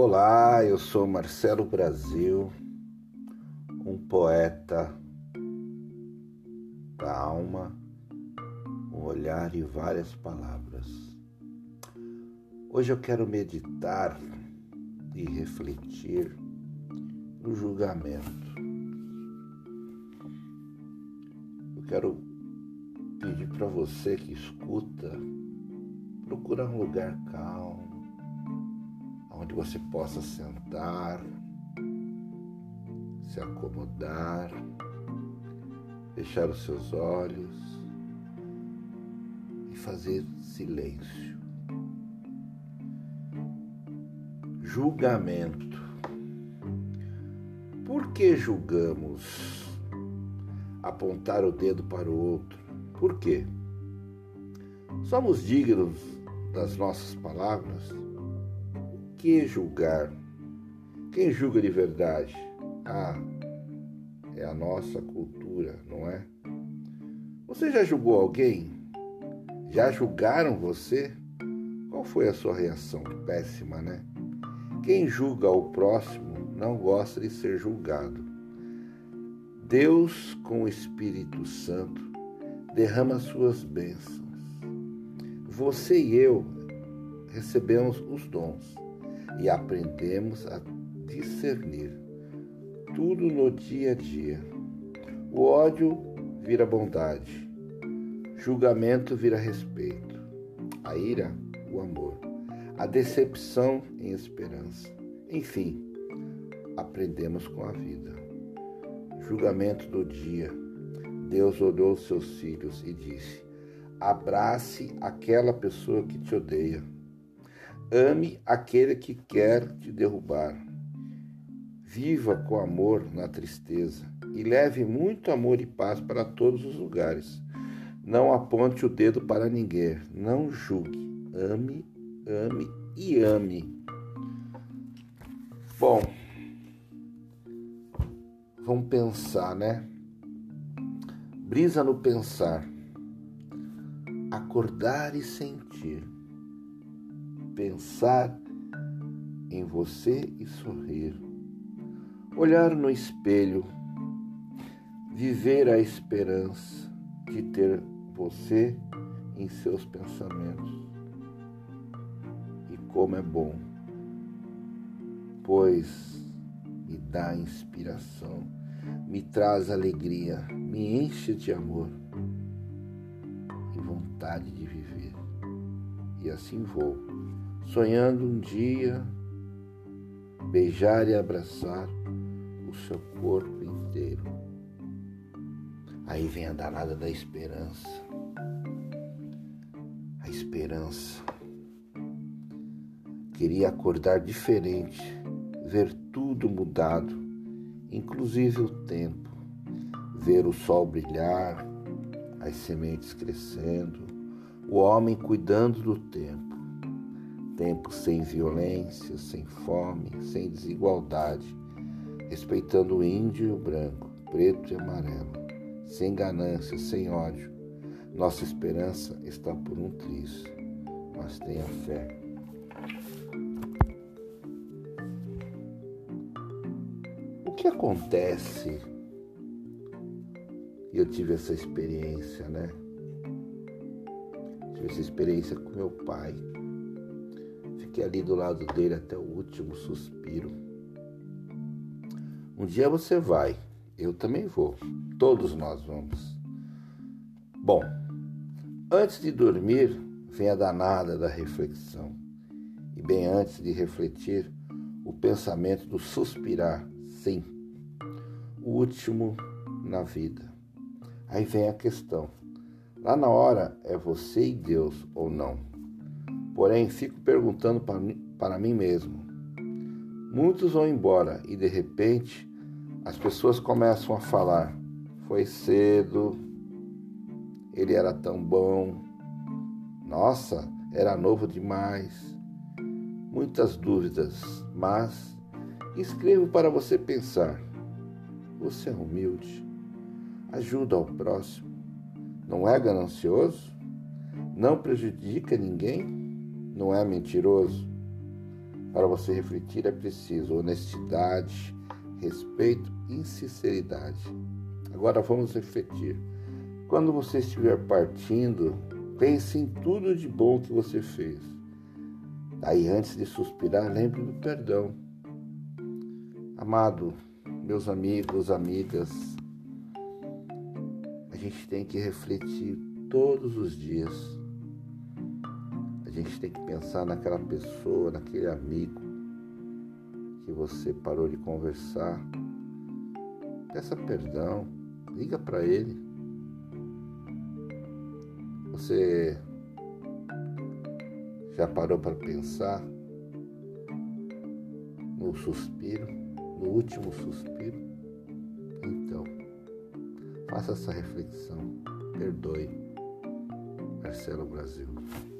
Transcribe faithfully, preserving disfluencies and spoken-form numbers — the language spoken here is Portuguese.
Olá, eu sou Marcelo Brasil, um poeta da alma, um olhar e várias palavras. Hoje eu quero meditar e refletir no julgamento. Eu quero pedir para você que escuta, procurar um lugar calmo, onde você possa sentar, se acomodar, fechar os seus olhos e fazer silêncio. Julgamento. Por que julgamos? Apontar o dedo para o outro. Por quê? Somos dignos das nossas palavras? O que julgar? Quem julga de verdade? Ah, é a nossa cultura, não é? Você já julgou alguém? Já julgaram você? Qual foi a sua reação? Péssima, né? Quem julga o próximo não gosta de ser julgado. Deus, com o Espírito Santo, derrama suas bênçãos. Você e eu recebemos os dons e aprendemos a discernir tudo no dia a dia. O ódio vira bondade, julgamento vira respeito, a ira, o amor, a decepção em esperança. Enfim, aprendemos com a vida. Julgamento do dia. Deus olhou seus filhos e disse: abrace aquela pessoa que te odeia. Ame aquele que quer te derrubar. Viva com amor na tristeza e leve muito amor e paz para todos os lugares. Não aponte o dedo para ninguém. Não julgue. Ame, ame e ame. Bom, vamos pensar, né? Brisa no pensar. Acordar e sentir. Pensar em você e sorrir. Olhar no espelho. Viver a esperança de ter você em seus pensamentos. E como é bom, pois me dá inspiração, me traz alegria, me enche de amor e vontade de viver. E assim vou, sonhando um dia beijar e abraçar o seu corpo inteiro. Aí vem a danada da esperança. A esperança. Queria acordar diferente, ver tudo mudado, inclusive o tempo, ver o sol brilhar, as sementes crescendo, o homem cuidando do tempo. Tempo sem violência, sem fome, sem desigualdade, respeitando o índio e o branco, preto e amarelo, sem ganância, sem ódio. Nossa esperança está por um triz, mas tenha fé. O que acontece? E eu tive essa experiência, né? Tive essa experiência com meu pai. Fiquei ali do lado dele até o último suspiro. Um dia você vai, eu também vou. Todos nós vamos. Bom, antes de dormir, vem a danada da reflexão. E bem antes de refletir, o pensamento do suspirar, sim. O último na vida. Aí vem a questão. Lá na hora, é você e Deus ou não? Porém, fico perguntando para mim, para mim mesmo. Muitos vão embora e, de repente, as pessoas começam a falar: foi cedo, ele era tão bom, nossa, era novo demais. Muitas dúvidas, mas escrevo para você pensar. Você é humilde, ajuda ao próximo, não é ganancioso, não prejudica ninguém, não é mentiroso. Para você refletir é preciso honestidade, respeito e sinceridade. Agora vamos refletir. Quando você estiver partindo, pense em tudo de bom que você fez. Aí, antes de suspirar, lembre do perdão. Amado, meus amigos, amigas, a gente tem que refletir todos os dias. A gente tem que pensar naquela pessoa, naquele amigo que você parou de conversar. Peça perdão, liga para ele. Você já parou para pensar no suspiro, no último suspiro? Então, faça essa reflexão. Perdoe. Marcelo Brasil.